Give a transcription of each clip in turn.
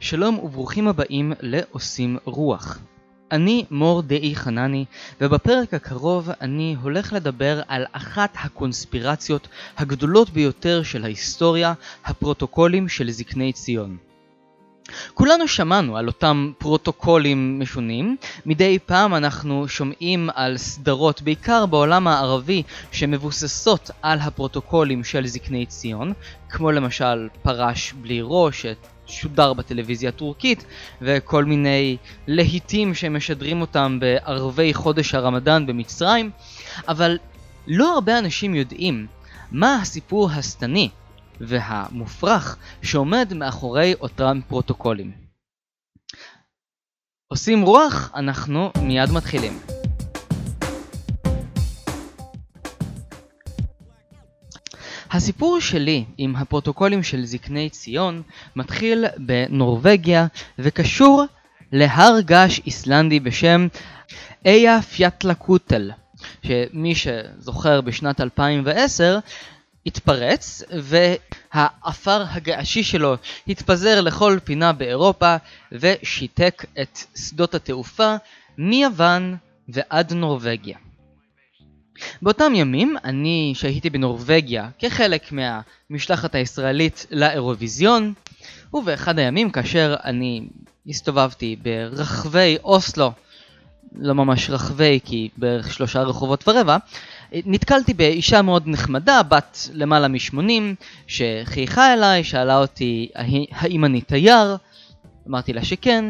שלום וברוכים הבאים לעושים רוח. אני מור דאי חנני, ובפרק הקרוב אני הולך לדבר על אחת הקונספירציות הגדולות ביותר של ההיסטוריה, הפרוטוקולים של זקני ציון. כולנו שמענו על אותם פרוטוקולים משונים. מדי פעם אנחנו שומעים על סדרות, בעיקר בעולם הערבי, שמבוססות על הפרוטוקולים של זקני ציון, כמו למשל פרש בלי ראש, שודר בטלוויזיה הטורקית, וכל מיני להיטים שמשדרים אותם בערבי חודש הרמדאן במצרים. אבל לא הרבה אנשים יודעים מה הסיפור השטני והמופרך שעומד מאחורי אותם פרוטוקולים. עושים רוח, אנחנו מיד מתחילים. הסיפור שלי עם הפרוטוקולים של זקני ציון מתחיל בנורווגיה וקשור להר געש איסלנדי בשם אייפjallajökull, שמי שזוכר בשנת 2010 התפרץ והאפר הגעשי שלו התפזר לכל פינה באירופה ושיתק את שדות התעופה מיוון ועד נורווגיה. באותם ימים אני שהייתי בנורווגיה כחלק מהמשלחת הישראלית לאירוויזיון, ובאחד הימים כאשר אני הסתובבתי ברחבי אוסלו, לא ממש רחבי כי בערך 3 רחובות ורבע, נתקלתי באישה מאוד נחמדה, בת למעלה מ-80, שחייכה אליי, שאלה אותי האם אני תייר, אמרתי לה שכן.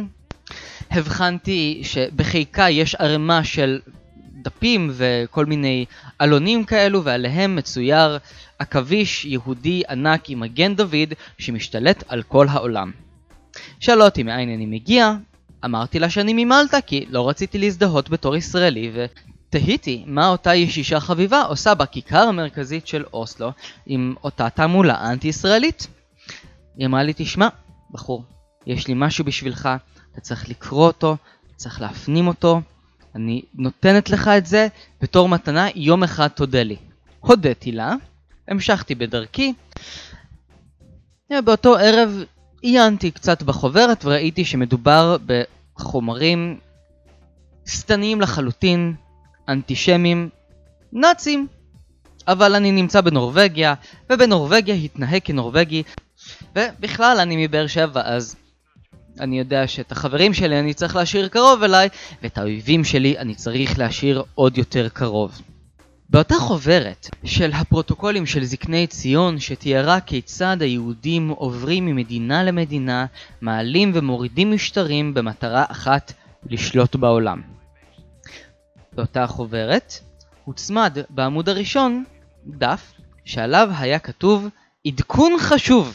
הבחנתי שבחיקה יש ערימה של דפים וכל מיני אלונים כאלו, ועליהם מצויר עכביש יהודי ענק עם מגן דוד שמשתלט על כל העולם. שאלה אותי מאין אני מגיע, אמרתי לה שאני ממלטה כי לא רציתי להזדהות בתור ישראלי, ותהיתי מה אותה ישישה חביבה עושה בכיכר המרכזית של אוסלו עם אותה תעמולה אנטי-ישראלית. היא אמרה לי, תשמע בחור, יש לי משהו בשבילך, אתה צריך לקרוא אותו, אתה צריך להפנים אותו, אני נותנת לך את זה בתור מתנה, יום אחד תודה לי. הודיתי לה, המשכתי בדרכי. באותו ערב עיינתי קצת בחוברת וראיתי שמדובר בחומרים סתניים לחלוטין, אנטישמים, נאצים. אבל אני נמצא בנורווגיה, ובנורווגיה התנהג כנורווגי, ובכלל אני מבאר שבע, אז אני יודע שאת החברים שלי אני צריך להשאיר קרוב אליי, ואת האויבים שלי אני צריך להשאיר עוד יותר קרוב. באותה חוברת של הפרוטוקולים של זקני ציון שתיארה כיצד היהודים עוברים ממדינה למדינה, מעלים ומורידים משטרים במטרה אחת, לשלוט בעולם. באותה חוברת הוצמד בעמוד הראשון דף שעליו היה כתוב עדכון חשוב.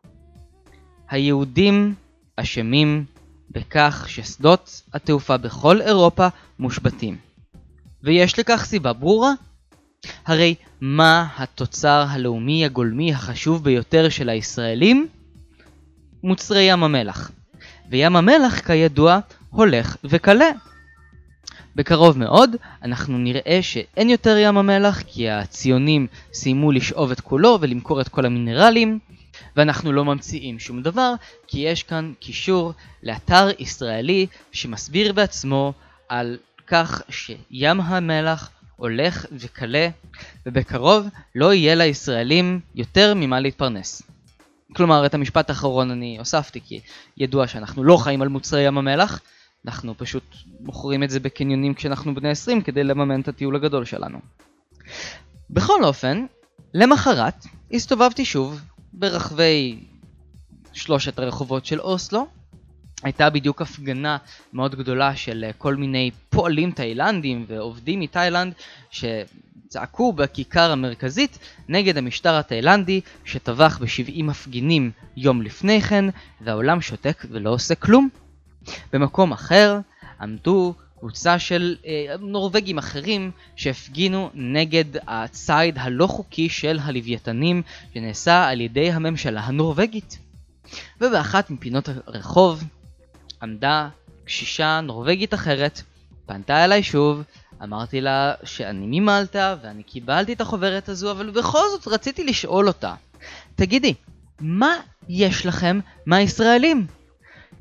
היהודים אשמים בכך ששדות התעופה בכל אירופה מושבתים. ויש לכך סיבה ברורה. הרי מה התוצר הלאומי הגולמי החשוב ביותר של הישראלים? מוצרי ים המלח. וים המלח כידוע הולך וקלה. בקרוב מאוד אנחנו נראה שאין יותר ים המלח כי הציונים סיימו לשאוב את כולו ולמכור את כל המינרלים, ואנחנו לא ממציאים שום דבר כי יש כאן קישור לאתר ישראלי שמסביר בעצמו על כך שים המלח הולך וקלה, ובקרוב לא יהיה לישראלים יותר ממה להתפרנס. כלומר, את המשפט האחרון אני הוספתי כי ידוע שאנחנו לא חיים על מוצרי ים המלח, אנחנו פשוט מוכרים את זה בקניונים כשאנחנו בני 20 כדי לממן את הטיול הגדול שלנו. בכל אופן, למחרת הסתובבתי שוב ברחבי 3 הרחובות של אוסלו. הייתה בדיוק הפגנה מאוד גדולה של כל מיני פועלים תאילנדים ועובדים מתאילנד שצעקו בכיכר המרכזית נגד המשטר התאילנדי שטבח ב70 מפגינים יום לפני כן, והעולם שותק ולא עושה כלום. במקום אחר עמדו קבוצה של נורווגים אחרים שהפגינו נגד הציד הלא חוקי של הלוויתנים שנעשה על ידי הממשלה הנורווגית. ובאחת מפינות הרחוב עמדה קשישה נורווגית אחרת, פנתה אליי שוב, אמרתי לה שאני ממלטה ואני קיבלתי את החוברת הזו, אבל בכל זאת רציתי לשאול אותה, תגידי, מה יש לכם מהישראלים?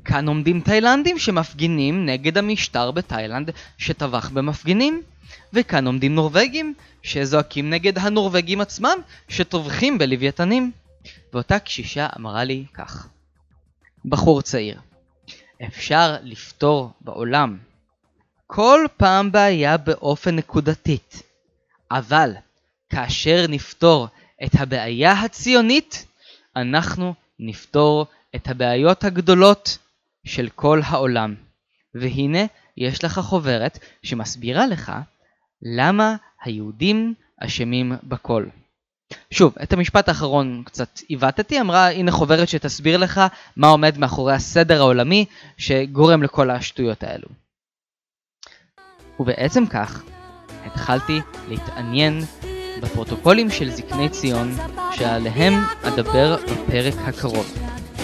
כאן עומדים תאילנדים שמפגינים נגד המשטר בתאילנד שטבח במפגינים, וכאן עומדים נורווגים שזועקים נגד הנורווגים עצמם שטובחים בלוויתנים. ואותה קשישה אמרה לי כך: בחור צעיר, אפשר לפתור בעולם כל פעם בעיה באופן נקודתית, אבל כאשר נפתור את הבעיה הציונית, אנחנו נפתור את הבעיות הגדולות של כל העולם. והנה יש לך חוברת שמסבירה לך למה היהודים אשמים בכל. שוב, את המשפט האחרון קצת עיוותתי, אמרה הנה חוברת שתסביר לך מה עומד מאחורי הסדר העולמי שגורם לכל השטויות האלו. ובעצם כך התחלתי להתעניין בפרוטוקולים של זקני ציון שעליהם אדבר בפרק הקרוב.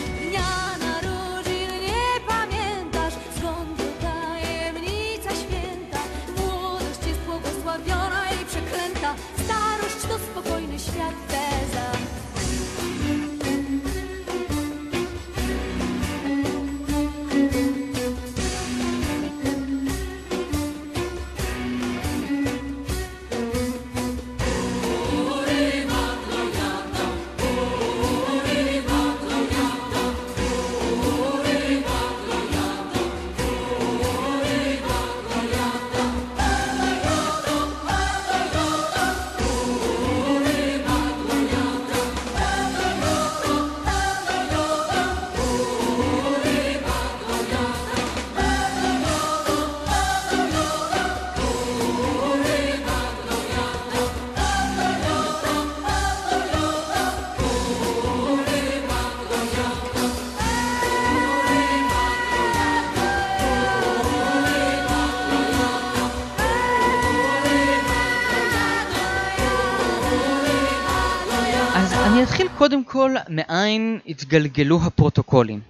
אני אתחיל קודם כל מאין התגלגלו הפרוטוקולים.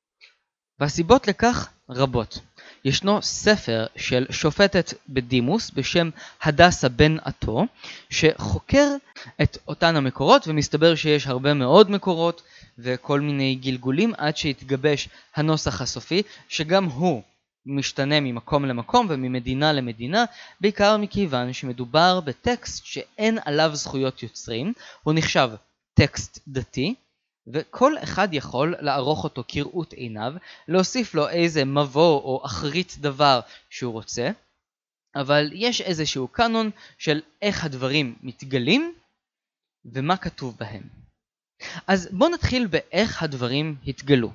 והסיבות לכך רבות. ישנו ספר של שופטת בדימוס בשם הדסה בן עטו, שחוקר את אותן המקורות, ומסתבר שיש הרבה מאוד מקורות וכל מיני גלגולים עד שהתגבש הנוסח הסופי, שגם הוא משתנה ממקום למקום וממדינה למדינה, בעיקר מכיוון שמדובר בטקסט שאין עליו זכויות יוצרים, הוא נחשב טקסט דתי, וכל אחד יכול לערוך אותו כראות עיניו, להוסיף לו איזה מבוא או אחרית דבר שהוא רוצה, אבל יש איזשהו קאנון של איך הדברים מתגלים ומה כתוב בהם. אז בואו נתחיל באיך הדברים התגלו.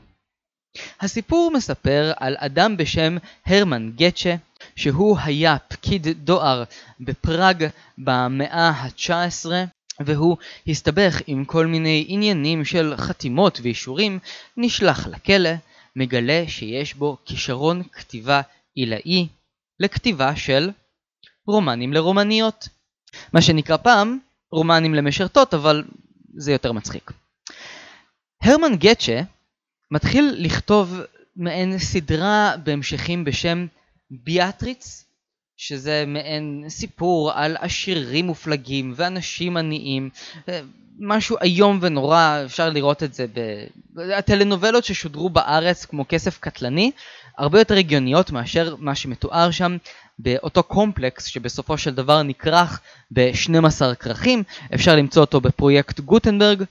הסיפור מספר על אדם בשם הרמן גצ'ה, שהוא היה פקיד דואר בפראג במאה ה-19, והוא הסתבך עם כל מיני עניינים של חתימות ואישורים, נשלח לכלא, מגלה שיש בו כישרון כתיבה עילאי לכתיבה של רומנים לרומניות. מה שנקרא פעם רומנים למשרתות, אבל זה יותר מצחיק. הרמן גצ'ה מתחיל לכתוב מעין סדרה בהמשכים בשם ביאטריץ, שזה מעין סיפור על עשירים מופלגים ואנשים עניים, משהו איום ונורא. אפשר לראות את זה בטלנובלות ששודרו בארץ כמו כסף קטלני, הרבה יותר הגיוניות מאשר מה שמתואר שם באותו קומפלקס שבסופו של דבר נקרח ב-12 כרכים. אפשר למצוא אותו בפרויקט גוטנברג.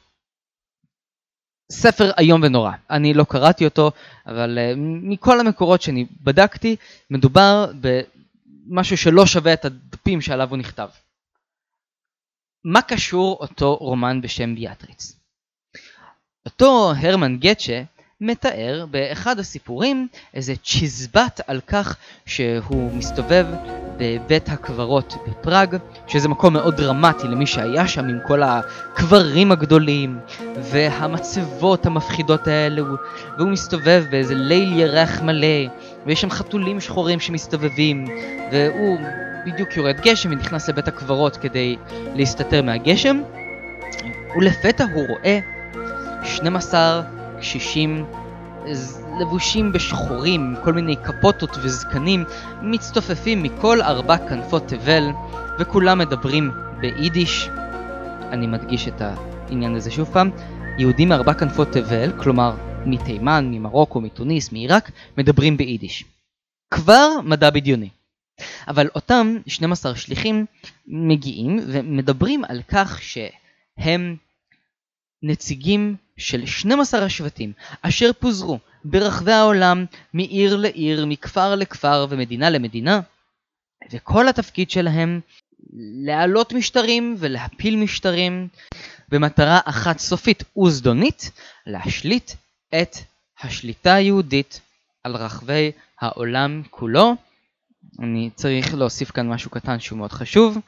ספר איום ונורא. אני לא קראתי אותו, אבל מכל המקורות שאני בדקתי מדובר משהו שלא שווה את הדפים שעליו הוא נכתב. מה קשור אותו רומן בשם ביאטריץ? אותו הרמן גצ'ה מתאר באחד הסיפורים איזה צ'יזבט על כך שהוא מסתובב בבית הקברות בפראג, שזה מקום מאוד דרמטי למי שהיה שם, עם כל הקברים הגדולים והמצבות המפחידות האלו, והוא מסתובב באיזה ליל ירח מלא, ויש שם חתולים שחורים שמסתובבים, והוא בדיוק יורד גשם ונכנס לבית הקברות כדי להסתתר מהגשם, ולפתע הוא רואה 12 קשישים לבושים בשחורים, כל מיני קפוטות וזקנים, מצטופפים מכל 4 כנפות תבל, וכולם מדברים ביידיש. אני מדגיש את העניין הזה שוב פעם. יהודים מ4 כנפות תבל, כלומר מתימן, ממרוקו, מתוניס, מעיראק, מדברים ביידיש. כבר מדע בדיוני. אבל אותם 12 שליחים מגיעים ומדברים על כך שהם נציגים של 12 השבטים אשר פוזרו ברחבי העולם מעיר לעיר, מכפר לכפר ומדינה למדינה, וכל התפקיד שלהם להעלות משטרים ולהפיל משטרים במטרה אחת סופית וזדונית, להשליט את השליטה היהודית על רחבי העולם כולו. אני צריך להוסיף כאן משהו קטן שהוא מאוד חשוב.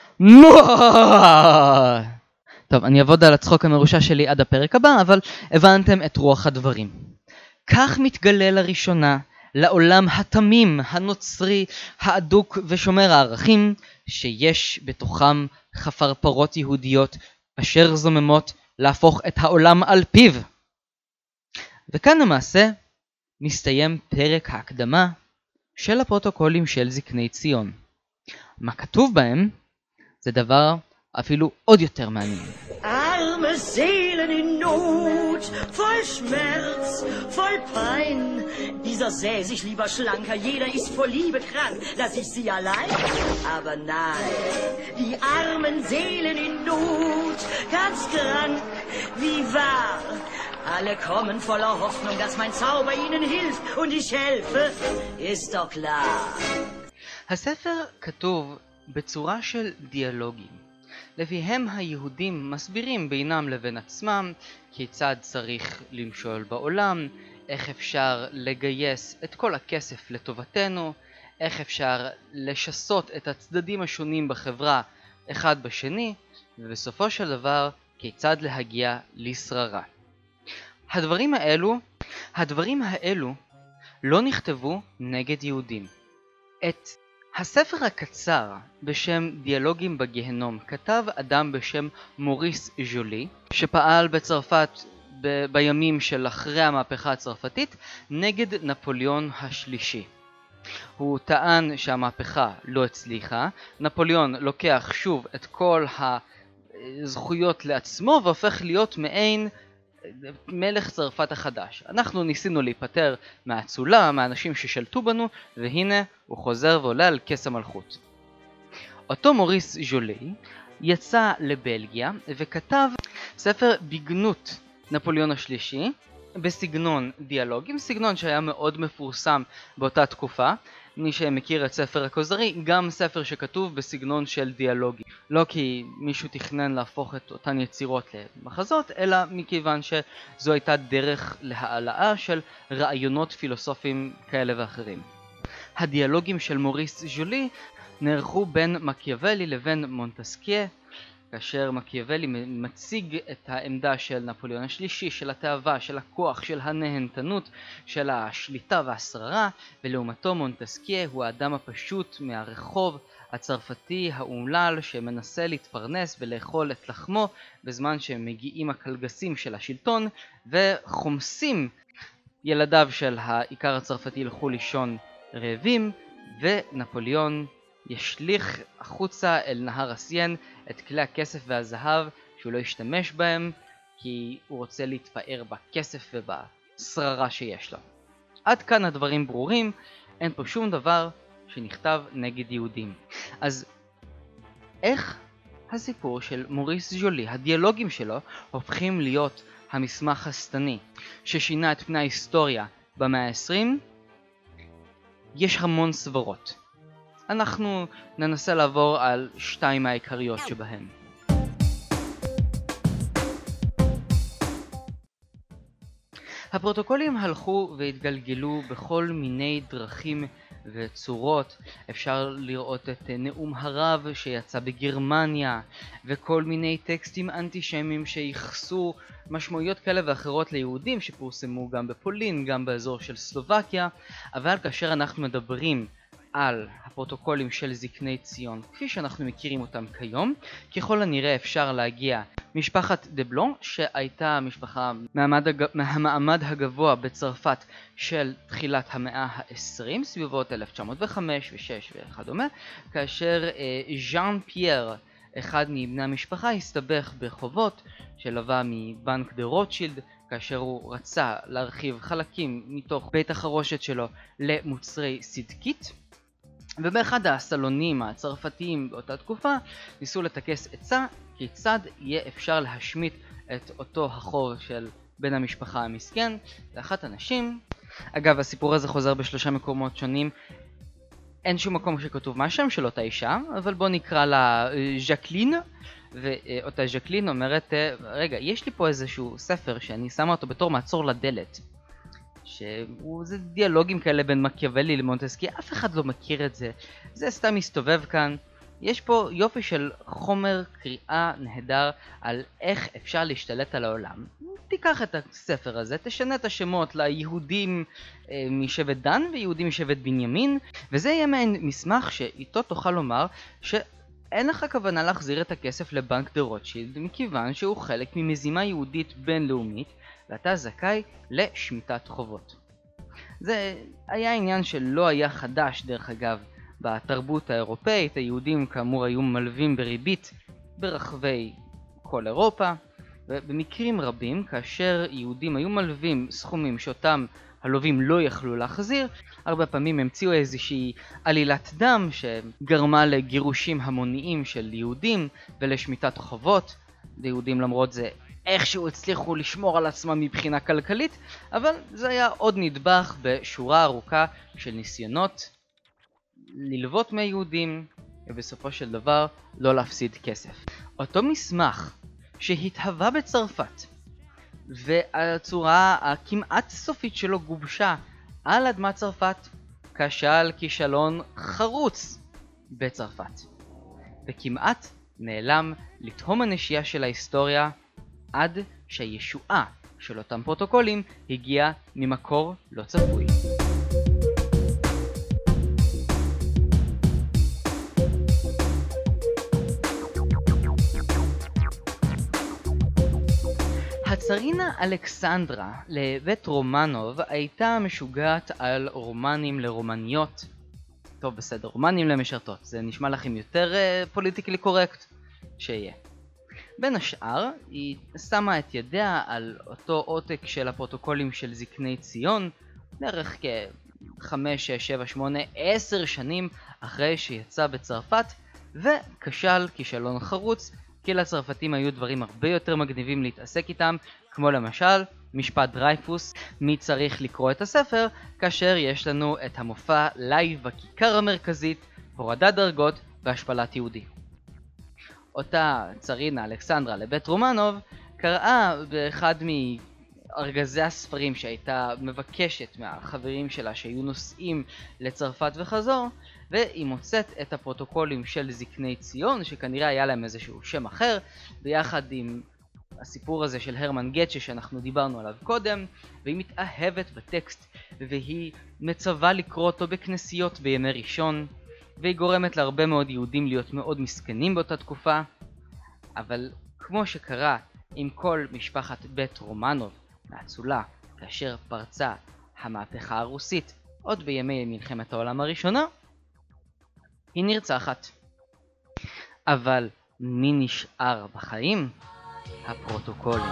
טוב, אני אעבוד על הצחוק המרושע שלי עד הפרק הבא, אבל הבנתם את רוח הדברים. כך מתגלה לראשונה לעולם התמים, הנוצרי, האדוק ושומר הערכים, שיש בתוכם חפרפרות יהודיות אשר זוממות להפוך את העולם על פיו. וכאן למעשה מסתיים פרק ההקדמה של הפרוטוקולים של זקני ציון. מה כתוב בהם זה דבר אפילו עוד יותר מעניין. Arme Seelen in Not, voll Schmerz, voll Pein. Dieser sähe sich lieber schlanker, jeder ist vor Liebe krank. Lass ich sie allein? Aber nein, die armen Seelen in Not, ganz krank, wie wahr. Alle kommen voller Hoffnung, dass mein Zauber ihnen hilft und ich helfe, ist doch klar. הספר כתוב בצורה של דיאלוגים. לפיהם היהודים מסבירים בינם לבין עצמם כיצד צריך למשול בעולם, איך אפשר לגייס את כל הכסף לטובתנו, איך אפשר לשסות את הצדדים השונים בחברה אחד בשני, ובסופו של דבר כיצד להגיע לשררה. הדברים האלו לא נכתבו נגד יהודים. את הספר הקצר בשם דיאלוגים בגיהנום כתב אדם בשם מוריס ז'ולי, שפעל בצרפת בימים של אחרי המהפכה הצרפתית נגד נפוליאון השלישי. הוא טען שהמהפכה לא הצליחה, נפוליאון לוקח שוב את כל הזכויות לעצמו והופך להיות מעין מלך צרפת החדש. אנחנו ניסינו להיפטר מהאצולה, מהאנשים ששלטו בנו, והנה הוא חוזר ועולה על כס המלכות. אותו מוריס ז'ולי יצא לבלגיה וכתב ספר בגנות נפוליאון השלישי בסגנון דיאלוגים, סגנון שהיה מאוד מפורסם באותה תקופה. מי שמכיר את ספר הכוזרי, גם ספר שכתוב בסגנון של דיאלוגים. לא כי מישהו תכנן להפוך את אותן יצירות למחזות, אלא מכיוון שזו הייתה דרך להעלאה של רעיונות פילוסופיים כאלה ואחרים. הדיאלוגים של מוריס ז'ולי נערכו בין מקיאוולי לבין מונטסקיה, כאשר מקיאוולי מציג את העמדה של נפוליאון השלישי, של התאווה, של הכוח, של הנהנתנות, של השליטה והשררה, ולעומתו מונטסקיה הוא האדם הפשוט מהרחוב הצרפתי האומלל שמנסה להתפרנס ולאכול את לחמו בזמן שמגיעים הקלגסים של השלטון וחומסים ילדיו של העיקר הצרפתי ילכו לישון רעבים, ונפוליאון ישליך החוצה אל נהר הסיין את כלי הכסף והזהב שהוא לא ישתמש בהם כי הוא רוצה להתפאר בכסף ובשררה שיש לו. עד כאן הדברים ברורים, אין פה שום דבר שנכתב נגד יהודים. אז איך הסיפור של מוריס ז'ולי, הדיאלוגים שלו, הופכים להיות המסמך השטני ששינה את פני ההיסטוריה במאה ה-20? יש המון סברות. אנחנו ננסה לעבור על 2 העיקריות שבהן. הפרוטוקולים הלכו והתגלגלו בכל מיני דרכים וצורות. אפשר לראות את נאום הרב שיצא בגרמניה, וכל מיני טקסטים אנטישמיים שיחסו משמעויות כאלה ואחרות ליהודים שפורסמו גם בפולין, גם באזור של סלובקיה. אבל כאשר אנחנו מדברים על הפרוטוקולים של זקני ציון כפי שאנחנו מכירים אותם כיום, ככל הנראה אפשר להגיע משפחת דה בלון, שהייתה משפחה מהמעמד הגבוה בצרפת של תחילת המאה ה-20, סביבות 1905 ו-6 וכדומה, כאשר ז'אן פייר, אחד מבני המשפחה, הסתבך בחובות שלווה מבנק דה רוטשילד, כאשר הוא רצה להרחיב חלקים מתוך בית החרושת שלו למוצרי סדקית. ובאחד הסלונים הצרפתיים באותה תקופה ניסו לטכס עצה כיצד יהיה אפשר להשמיט את אותו החוב של בן המשפחה המסכן לאחת הנשים. אגב, הסיפור הזה חוזר בשלושה מקומות שונים. אין שום מקום שכתוב מה השם של אותה אישה, אבל בוא נקרא לה ז'קלין. ואותה ז'קלין אומרת, רגע, יש לי פה איזשהו ספר שאני שמה אותו בתור מעצור לדלת, שזה דיאלוגים כאלה בין מקיאוולי למונטסקי, אף אחד לא מכיר את זה, זה סתם מסתובב כאן. יש פה יופי של חומר קריאה נהדר על איך אפשר להשתלט על העולם. תיקח את הספר הזה, תשנה את השמות ליהודים משבט דן ויהודים משבט בנימין, וזה יהיה מעין מסמך שאיתו תוכל לומר שאין לך כוונה להחזיר את הכסף לבנק דה רוטשילד, מכיוון שהוא חלק ממזימה יהודית בינלאומית ואתה זכאי לשמיטת חובות. זה היה עניין שלא היה חדש דרך אגב בתרבות האירופאית. היהודים כאמור היו מלווים בריבית ברחבי כל אירופה, ובמקרים רבים כאשר יהודים היו מלווים סכומים שאותם הלווים לא יכלו להחזיר, הרבה פעמים המציאו איזושהי עלילת דם שגרמה לגירושים המוניים של יהודים ולשמיטת חובות. ליהודים למרות זה איכשהו הצליחו לשמור על עצמם מבחינה כלכלית, אבל זה היה עוד נדבך בשורה ארוכה של ניסיונות ללוות מהיהודים ובסופו של דבר לא להפסיד כסף. אותו מסמך שהתהווה בצרפת והצורה הכמעט סופית שלו גובשה על אדמת צרפת כשל כישלון חרוץ בצרפת וכמעט נעלם לתהום הנשייה של ההיסטוריה עד שהישועה של אותם פרוטוקולים הגיעה ממקור לא צפוי. הצרינה אלכסנדרה לבית רומנוב הייתה משוגעת על רומנים לרומניות. טוב בסדר, רומנים למשרתות, זה נשמע לכם יותר פוליטיקלי קורקט שיהיה. בין השאר היא שמה את ידיה על אותו עותק של הפרוטוקולים של זקני ציון בערך כ5, 6, 7, 8, 10 שנים אחרי שיצא בצרפת, וכשל כישלון חרוץ כי לצרפתים היו דברים הרבה יותר מגניבים להתעסק איתם, כמו למשל משפט דרייפוס, מי צריך לקרוא את הספר כאשר יש לנו את המופע לייב בכיכר המרכזית, הורדת דרגות והשפלת יהודי. אותה צרינה אלכסנדרה לבית רומנוב קראה באחד מארגזי הספרים שהייתה מבקשת מהחברים שלה שהיו נוסעים לצרפת וחזור, והיא מוצאת את הפרוטוקולים של זקני ציון שכנראה היה להם איזשהו שם אחר, ביחד עם הסיפור הזה של הרמן גצ'ה שאנחנו דיברנו עליו קודם, והיא מתאהבת בטקסט והיא מצווה לקרוא אותו בכנסיות בימי ראשון, והיא גורמת להרבה מאוד יהודים להיות מאוד מסכנים באותה תקופה. אבל כמו שקרה עם כל משפחת בית רומנוב מהאצולה כאשר פרצה המהפכה הרוסית עוד בימי מלחמת העולם הראשונה, היא נרצחת. אבל מי נשאר בחיים? הפרוטוקולים.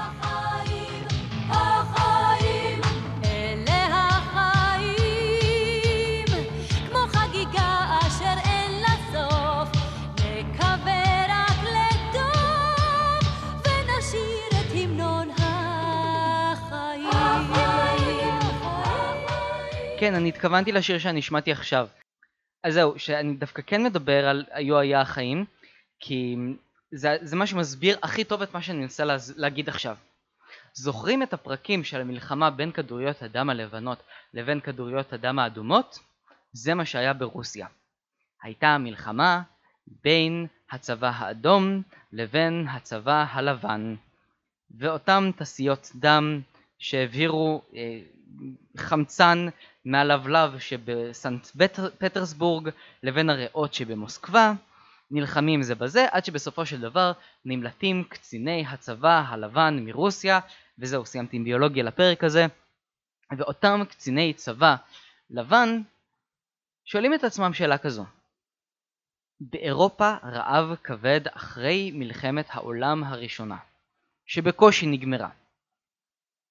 כן, אני התכוונתי לשיר שאני שמעתי עכשיו. אז זהו, שאני דווקא כן מדבר על היו היה החיים, כי זה מה שמסביר הכי טוב את מה שאני מנסה להגיד עכשיו. זוכרים את הפרקים של המלחמה בין כדוריות הדם הלבנות לבין כדוריות הדם האדומות? זה מה שהיה ברוסיה. הייתה המלחמה בין הצבא האדום לבין הצבא הלבן, ואותם תסיות דם שהעבירו חמצן מהלבלב שבסנט פטרסבורג לבין הריאות שבמוסקבה, נלחמים זה בזה עד שבסופו של דבר נמלטים קציני הצבא הלבן מרוסיה. וזהו, סיימתי עם ביולוגיה לפרק הזה. ואותם קציני צבא לבן שואלים את עצמם שאלה כזו: באירופה רעב כבד אחרי מלחמת העולם הראשונה שבקושי נגמרה,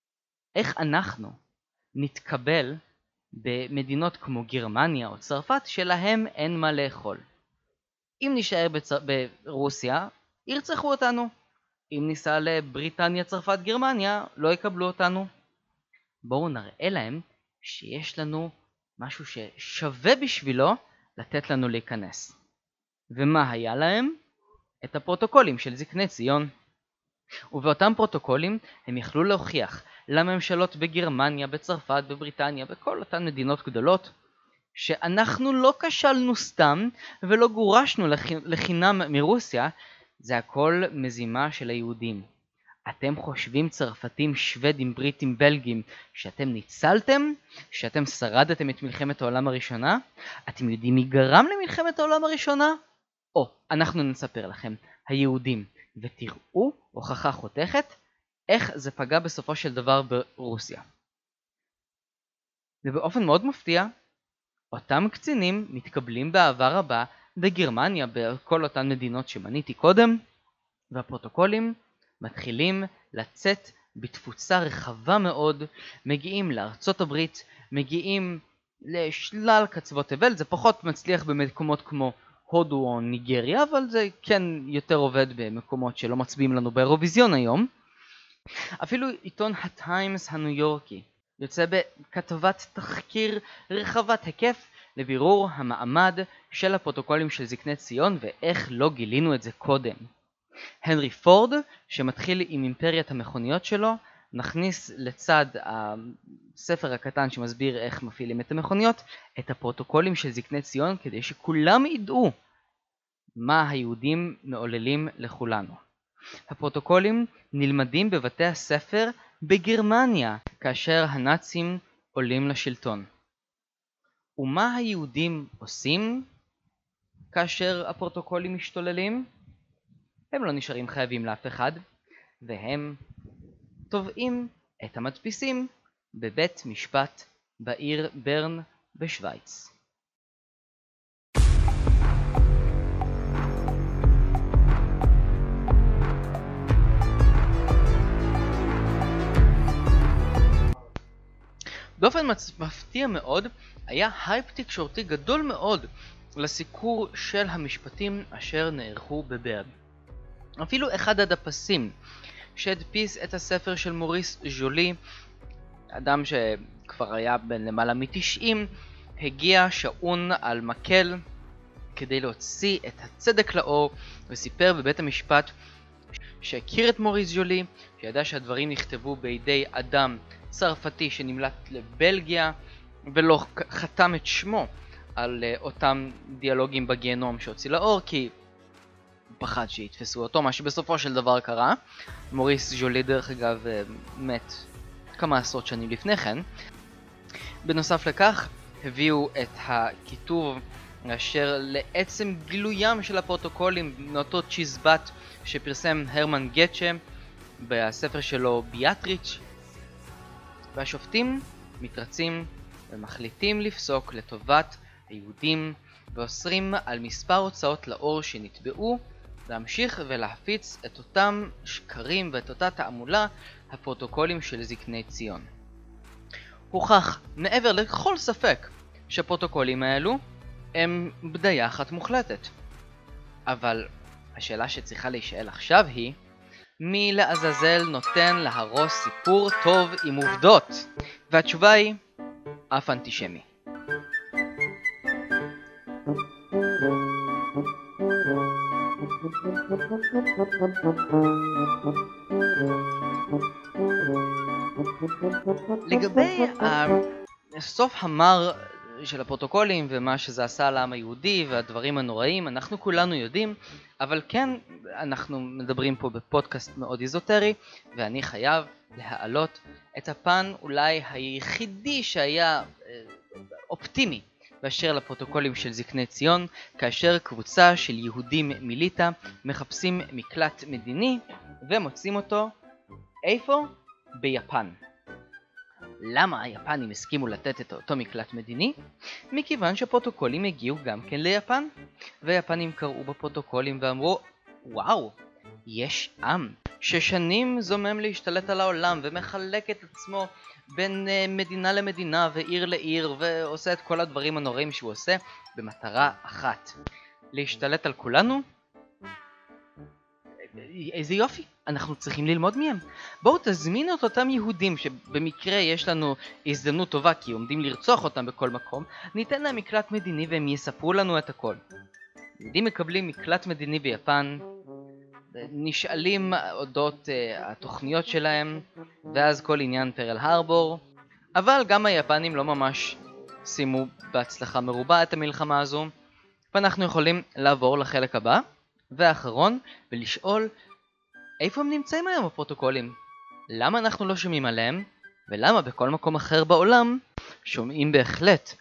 איך אנחנו נתקבל במדינות כמו גרמניה או צרפת שלהם אין מה לאכול. אם נשאר ברוסיה, ירצחו אותנו. אם ניסע לבריטניה, צרפת, גרמניה, לא יקבלו אותנו. בואו נראה להם שיש לנו משהו ששווה בשבילו לתת לנו להיכנס. ומה היה להם? את הפרוטוקולים של זקני ציון. ובאותם פרוטוקולים הם יכלו להוכיח לממשלות בגרמניה, בצרפת, בבריטניה, בכל אותן מדינות גדולות, שאנחנו לא כשלנו סתם ולא גורשנו לחינם מרוסיה, זה הכל מזימה של היהודים. אתם חושבים צרפתים, שוודים, בריטים, בלגים, שאתם ניצלתם? שאתם שרדתם את מלחמת העולם הראשונה? אתם יודעים מי גרם למלחמת העולם הראשונה? אנחנו נספר לכם, היהודים, ותראו הוכחה חותכת איך זה פגע בסופו של דבר ברוסיה. ובאופן מאוד מפתיע, אותם קצינים מתקבלים בעבר רבה בגרמניה, בכל אותן מדינות שמניתי קודם, והפרוטוקולים מתחילים לצאת בתפוצה רחבה מאוד, מגיעים לארצות הברית, מגיעים לשלל קצוות תבל. זה פחות מצליח במקומות כמו הודו או ניגריה, אבל זה כן יותר עובד במקומות שלא מצביעים לנו באירוויזיון היום. אפילו עיתון הטיימס הניו יורקי יוצא בכתבת תחקיר רחבת היקף לבירור המעמד של הפרוטוקולים של זקני ציון ואיך לא גילינו את זה קודם. הנרי פורד, שמתחיל עם אימפריית המכוניות שלו, נכניס לצד הספר הקטן שמסביר איך מפעילים את המכוניות, את הפרוטוקולים של זקני ציון, כדי שכולם ידעו מה היהודים מעוללים לכולנו. הפרוטוקולים נלמדים בבתי הספר בגרמניה, כאשר הנאצים עולים לשלטון. ומה היהודים עושים כאשר הפרוטוקולים משתוללים? הם לא נשארים חייבים לאף אחד, והם תובעים את המדפיסים בבית משפט בעיר ברן בשוויץ. באופן מפתיע מאוד, היה הייפ תקשורתי גדול מאוד לסיקור של המשפטים אשר נערכו בברן. אפילו אחד הדפסים שהדפיס את הספר של מוריס ז'ולי, אדם שכבר היה בן למעלה מ-90, הגיע שעון על מקל כדי להוציא את הצדק לאור, וסיפר בבית המשפט שהכיר את מוריס ז'ולי, שידע שהדברים נכתבו בידי אדם צרפתי שנמלט לבלגיה, ולא חתם את שמו על אותם דיאלוגים בגיהנום שהוציא לאור, כי פחד שיתפסו אותו, מה שבסופו של דבר קרה. מוריס ז'ולי דרך אגב מת כמה עשרות שנים לפני כן. בנוסף לכך הביאו את הכיתוב אשר לעצם גילוים של הפרוטוקולים מאותו צ'יזבט שפרסם הרמן גצ'ה בספר שלו ביאטריץ', והשופטים מתרצים ומחליטים לפסוק לטובת היהודים ואוסרים על מספר הוצאות לאור שנתבעו להמשיך ולהפיץ את אותם שקרים ואת אותה תעמולה, הפרוטוקולים של זקני ציון. הוכח מעבר לכל ספק שהפרוטוקולים האלו הם בדיה אחת מוחלטת. אבל השאלה שצריכה להישאל עכשיו היא, מי לעזאזל נותן להרוס סיפור טוב עם עובדות? והתשובה היא, אף אנטישמי. לגבי הסוף המר של הפרוטוקולים ומה שזה עשה לעם היהודי והדברים הנוראים, אנחנו כולנו יודעים, אבל כן, אנחנו מדברים פה בפודקאסט מאוד איזוטרי, ואני חייב להעלות את הפן אולי היחידי שהיה אופטימי באשר לפרוטוקולים של זקני ציון, כאשר קבוצה של יהודים מליטא מחפשים מקלט מדיני ומוצאים אותו איפה? ביפן. למה היפנים הסכימו לתת את אותו מקלט מדיני? מכיוון שפרוטוקולים הגיעו גם כן ליפן, והיפנים קראו בפרוטוקולים ואמרו, וואו, יש עם ששנים זומם להשתלט על העולם ומחלק את עצמו בין מדינה למדינה ועיר לעיר, ועושה את כל הדברים הנוראים שהוא עושה במטרה אחת: להשתלט על כולנו. איזה יופי, אנחנו צריכים ללמוד מהם. בואו תזמינו את אותם יהודים שבמקרה יש לנו הזדמנות טובה כי עומדים לרצוח אותם בכל מקום, ניתן להם מקלט מדיני והם יספרו לנו את הכל. יהודים מקבלים מקלט מדיני ביפן, נשאלים אודות התוכניות שלהם, ואז כל עניין פרל הרבור. אבל גם היפנים לא ממש שימו בהצלחה מרובה את המלחמה הזו, ואנחנו יכולים לעבור לחלק הבא והאחרון ולשאול איפה הם נמצאים היום הפרוטוקולים, למה אנחנו לא שומעים עליהם, ולמה בכל מקום אחר בעולם שומעים בהחלט.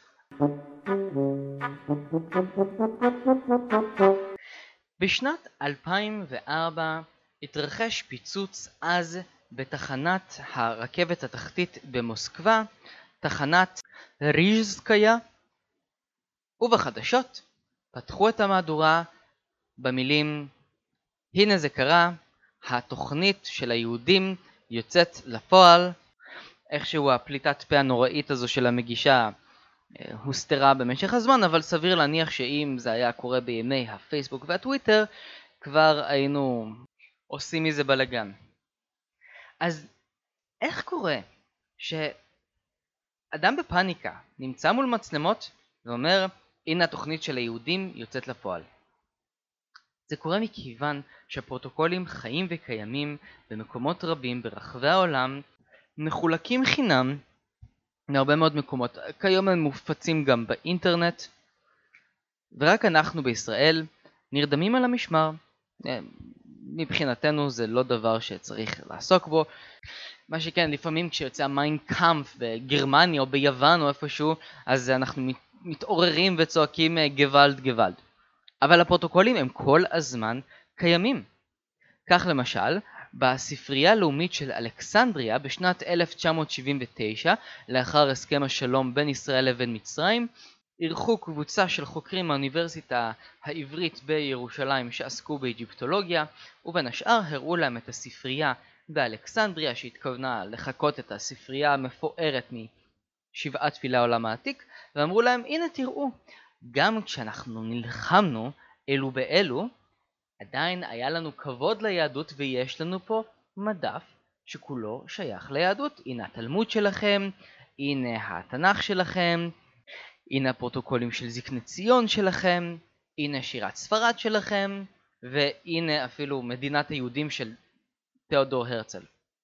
בשנת 2004 התרחש פיצוץ עז בתחנת הרכבת התחתית במוסקבה, תחנת ריז'סקיה, ובחדשות פתחו את המהדורה במילים הנה זה קרה, התוכנית של היהודים יוצאת לפועל. איכשהו הפליטת פה הנוראית הזו של המגישה הוסתרה במשך הזמן, אבל סביר להניח שאם זה היה קורה בימי הפייסבוק והטוויטר כבר היינו עושים מזה בלגן. אז איך קורה שאדם בפאניקה נמצא מול מצלמות ואומר הנה התוכנית של היהודים יוצאת לפועל? זה קורה מכיוון שהפרוטוקולים חיים וקיימים במקומות רבים ברחבי העולם, מחולקים חינם מהרבה מאוד מקומות. כיום הם מופצים גם באינטרנט, ורק אנחנו בישראל נרדמים על המשמר. מבחינתנו זה לא דבר שצריך לעסוק בו. מה שכן, לפעמים כשיוצא מיין קאמפף בגרמניה או ביוון או איפשהו, אז אנחנו מתעוררים וצועקים גוואלד גוואלד. אבל הפרוטוקולים הם כל הזמן קיימים. כך למשל, בספרייה הלאומית של אלכסנדריה בשנת 1979, לאחר הסכם השלום בין ישראל לבין מצרים, אירחו קבוצה של חוקרים מהאוניברסיטה העברית בירושלים שעסקו באיג'יפטולוגיה, ובין השאר הראו להם את הספרייה באלכסנדריה שהתכוונה לחקות את הספרייה המפוארת משבעת תפילי העולם העתיק, ואמרו להם הנה תראו, גם כשאנחנו נלחמנו אלו באלו, עדיין היה לנו כבוד ליהדות ויש לנו פה מדף שכולו שייך ליהדות. הנה התלמוד שלכם, הנה התנ"ך שלכם, הנה הפרוטוקולים של זקני ציון שלכם, הנה שירת ספרד שלכם, והנה אפילו מדינת היהודים של תיאודור הרצל.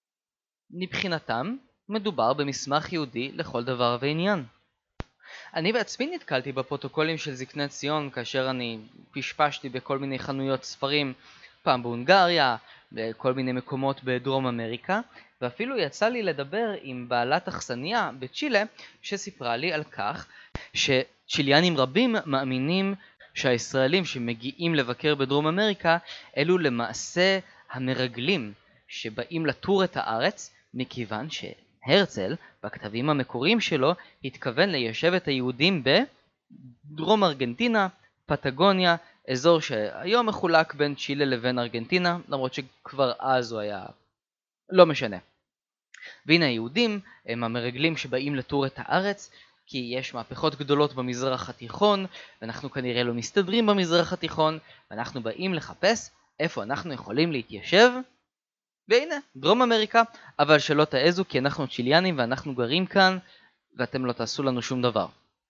מבחינתם מדובר במסמך יהודי לכל דבר ועניין. אני בעצמי נתקלתי בפרוטוקולים של זקני ציון כאשר אני פשפשתי בכל מיני חנויות ספרים, פעם בהונגריה, בכל מיני מקומות בדרום אמריקה, ואפילו יצא לי לדבר עם בעלת אכסניה בצ'ילה שסיפרה לי על כך שצ'יליאנים רבים מאמינים שהישראלים שמגיעים לבקר בדרום אמריקה אלו למעשה המרגלים שבאים לטור את הארץ, מכיוון שהרצל בכתבים המקוריים שלו התכוון ליישב את היהודים בדרום ארגנטינה, פטגוניה, אזור שהיום מחולק בין צ'ילה לבין ארגנטינה, למרות שכבר אז הוא היה לא משנה. והנה היהודים הם המרגלים שבאים לטור את הארץ, כי יש מהפכות גדולות במזרח התיכון, ואנחנו כנראה לא מסתדרים במזרח התיכון, ואנחנו באים לחפש איפה אנחנו יכולים להתיישב. והנה, דרום אמריקה, אבל שלא תעזו כי אנחנו צ'יליאנים ואנחנו גרים כאן, ואתם לא תעשו לנו שום דבר.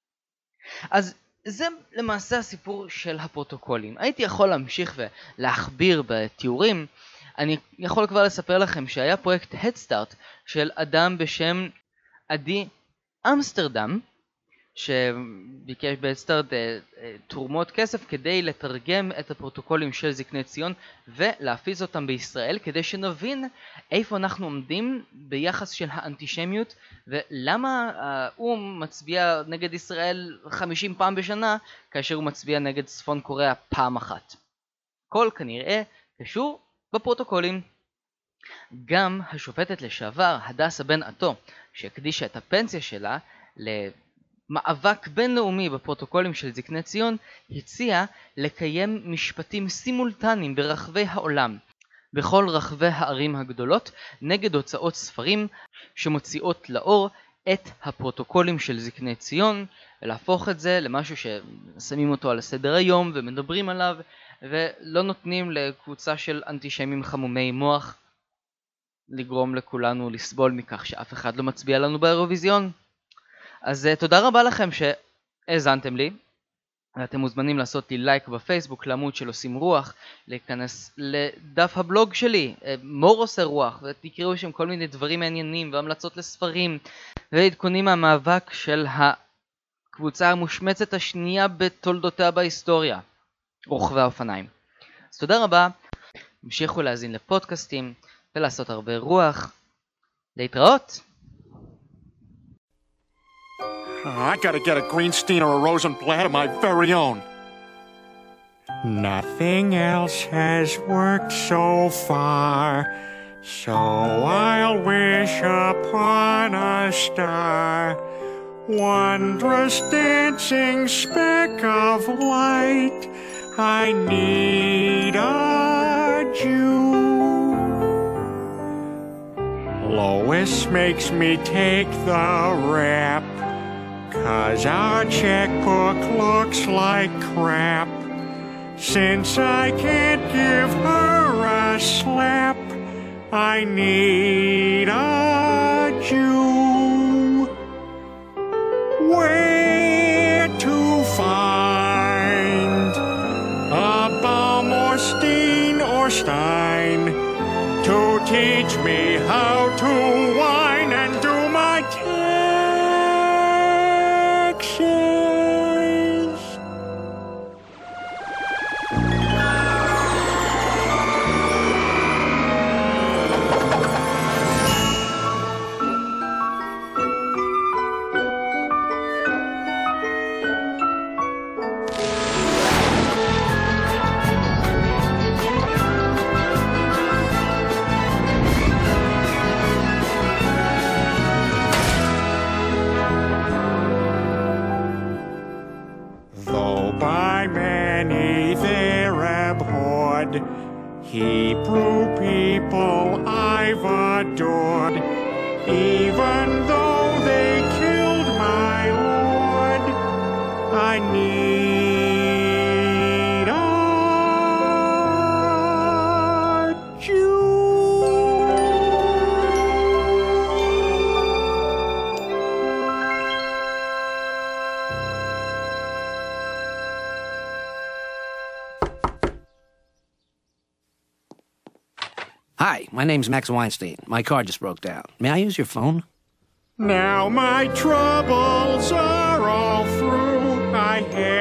אז זה למעשה הסיפור של הפרוטוקולים. הייתי יכול להמשיך ולהכביר בתיאורים. אני יכול כבר לספר לכם שהיה פרויקט Head Start של אדם בשם עדי אמסטרדם, שביקש ב-Head Start תרומות כסף כדי לתרגם את הפרוטוקולים של זקני ציון ולהפיץ אותם בישראל, כדי שנבין איפה אנחנו עומדים ביחס של האנטישמיות ולמה הוא מצביע נגד ישראל 50 פעם בשנה כאשר הוא מצביע נגד צפון קוריאה פעם אחת. כל כנראה קשור בפרוטוקולים. גם השופטת לשעבר הדסה בן עטו, שהקדישה את הפנסיה שלה למאבק בינלאומי בפרוטוקולים של זקני ציון, הציעה לקיים משפטים סימולטניים ברחבי העולם בכל רחבי הערים הגדולות נגד הוצאות ספרים שמוציאות לאור את הפרוטוקולים של זקני ציון, ולהפוך את זה למשהו ששמים אותו על סדר היום ומדברים עליו, ולא נותנים לקבוצה של אנטישמים חמומי מוח לגרום לכולנו לסבול מכך שאף אחד לא מצביע לנו באירוויזיון. אז תודה רבה לכם שהאזנתם לי. אתם מוזמנים לעשות לי לייק בפייסבוק לעמוד של עושים רוח, להיכנס לדף הבלוג שלי, מור עושה רוח, ותקראו שם כל מיני דברים מעניינים והמלצות לספרים ועדכונים מהמאבק של הקבוצה המושמצת השנייה בתולדותיה בהיסטוריה, רוכבי האופניים. אז תודה רבה, המשיכו להאזין לפודקאסטים ולעשות הרבה רוח. להתראות. I gotta get a Greenstein or a Rosenblatt of my very own. Nothing else has worked so far, so I'll wish upon a star, wondrous dancing speck of light. I need a Jew. Lois makes me take the rap, 'cause our checkbook looks like crap. Since I can't give her a slap, I need a Jew. Where to find a Baumorstein or Stein to teach me how to whine and do my Hebrew people I've adored, even though they killed my Lord. I need a Jew. Hi, my name's Max Weinstein. My car just broke down. May I use your phone? Now my troubles are all through. I